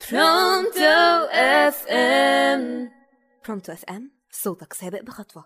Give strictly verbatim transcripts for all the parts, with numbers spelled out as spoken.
برونتو اف ام. برونتو اف ام، صوتك سابق بخطوة.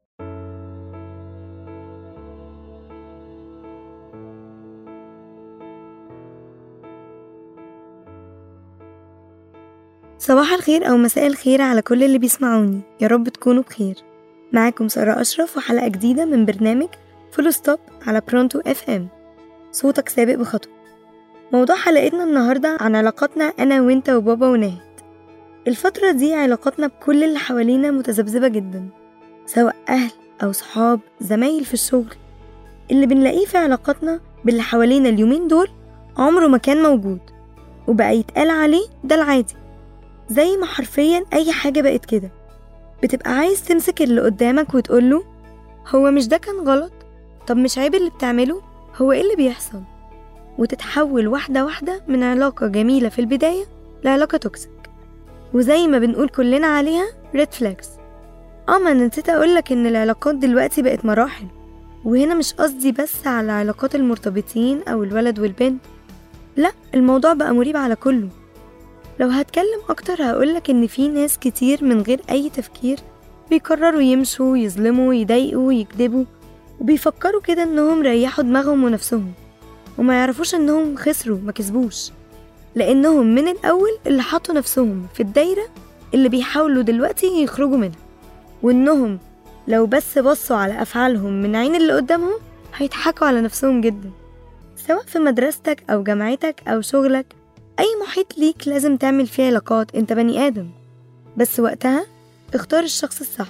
صباح الخير أو مساء الخير على كل اللي بيسمعوني، يا رب تكونوا بخير. معاكم سارة أشرف وحلقة جديدة من برنامج فول ستوب على برونتو اف ام، صوتك سابق بخطوة. موضوع حلقتنا النهاردة عن علاقاتنا أنا وإنت وبابا وناهد. الفترة دي علاقاتنا بكل اللي حوالينا متذبذبة جدا، سواء أهل أو صحاب، زمايل في الشغل. اللي بنلاقيه في علاقاتنا باللي حوالينا اليومين دول عمره ما كان موجود، وبقى يتقال عليه ده العادي. زي ما حرفيا أي حاجة بقت كده، بتبقى عايز تمسك اللي قدامك وتقوله هو مش ده كان غلط؟ طب مش عيب اللي بتعمله؟ هو إيه اللي بيحصل؟ وتتحول واحدة واحدة من علاقة جميلة في البداية لعلاقة توكسيك، وزي ما بنقول كلنا عليها ريد فلاكس. اه ما نسيت أقولك إن العلاقات دلوقتي بقت مراحل، وهنا مش قصدي بس على علاقات المرتبطين أو الولد والبنت، لا، الموضوع بقى مريب على كله. لو هتكلم أكتر هقولك إن في ناس كتير من غير أي تفكير بيقرروا يمشوا، يظلموا، يضايقوا، يكذبوا، وبيفكروا كده إنهم ريحوا دماغهم ونفسهم، وما يعرفوش إنهم خسروا، ما كسبوش، لأنهم من الأول اللي حطوا نفسهم في الدايرة اللي بيحاولوا دلوقتي يخرجوا منها، وإنهم لو بس بصوا على أفعالهم من عين اللي قدامهم هيضحكوا على نفسهم جدا. سواء في مدرستك أو جامعتك أو شغلك، أي محيط ليك لازم تعمل فيه علاقات، انت بني آدم، بس وقتها اختار الشخص الصح.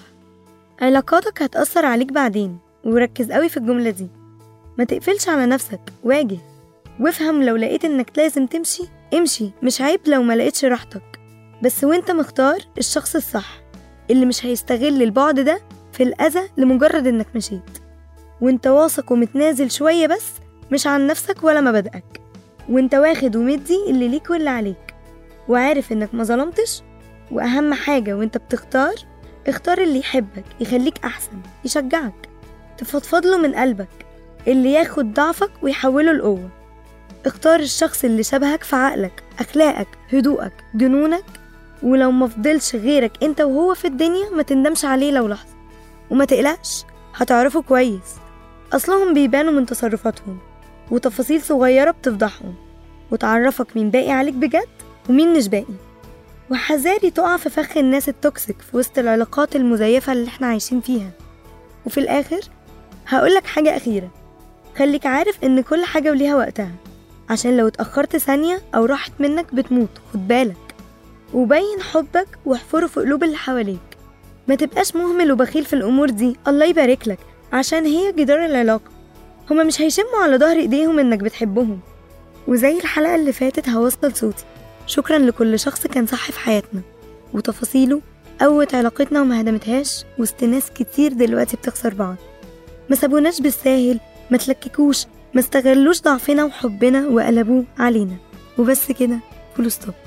علاقاتك هتأثر عليك بعدين، وركز قوي في الجملة دي، ما تقفلش على نفسك، واجه وافهم. لو لقيت انك لازم تمشي امشي، مش عيب لو ما لقيتش راحتك، بس وانت مختار الشخص الصح اللي مش هيستغل البعد ده في الأذى لمجرد انك مشيت، وانت واثق ومتنازل شوية بس، مش عن نفسك ولا مبادئك، وانت واخد ومدي اللي ليك واللي عليك، وعارف انك ما ظلمتش. واهم حاجة وانت بتختار، اختار اللي يحبك، يخليك احسن، يشجعك، تفضفض له من قلبك، اللي ياخد ضعفك ويحوله لقوة. اختار الشخص اللي شبهك في عقلك، اخلاقك، هدوءك، جنونك، ولو ما فضلش غيرك انت وهو في الدنيا ما تندمش عليه لو لحظة، وما تقلقش، هتعرفه كويس، اصلهم بيبانوا من تصرفاتهم وتفاصيل صغيرة بتفضحهم، وتعرفك مين باقي عليك بجد ومين مش باقي. وحذاري تقع في فخ الناس التوكسيك في وسط العلاقات المزيفة اللي احنا عايشين فيها. وفي الآخر هقولك حاجة أخيرة، خليك عارف ان كل حاجة وليها وقتها، عشان لو اتأخرت ثانية أو راحت منك بتموت، خد بالك. وبين حبك واحفره في قلوب اللي حواليك، ما تبقاش مهمل وبخيل في الأمور دي، الله يبارك لك، عشان هي جدار العلاقة. هما مش هيشموا على ظهر ايديهم انك بتحبهم. وزي الحلقة اللي فاتت هوصل صوتي شكرا لكل شخص كان صح في حياتنا، وتفاصيله قوت علاقتنا وما هدمتهاش وسط ناس كتير دلوقتي بتخسر بعض. ما سابوناش بالساهل، ما تلككوش، ما استغلوش ضعفنا وحبنا وقلبوه علينا. وبس كده، فول ستوب.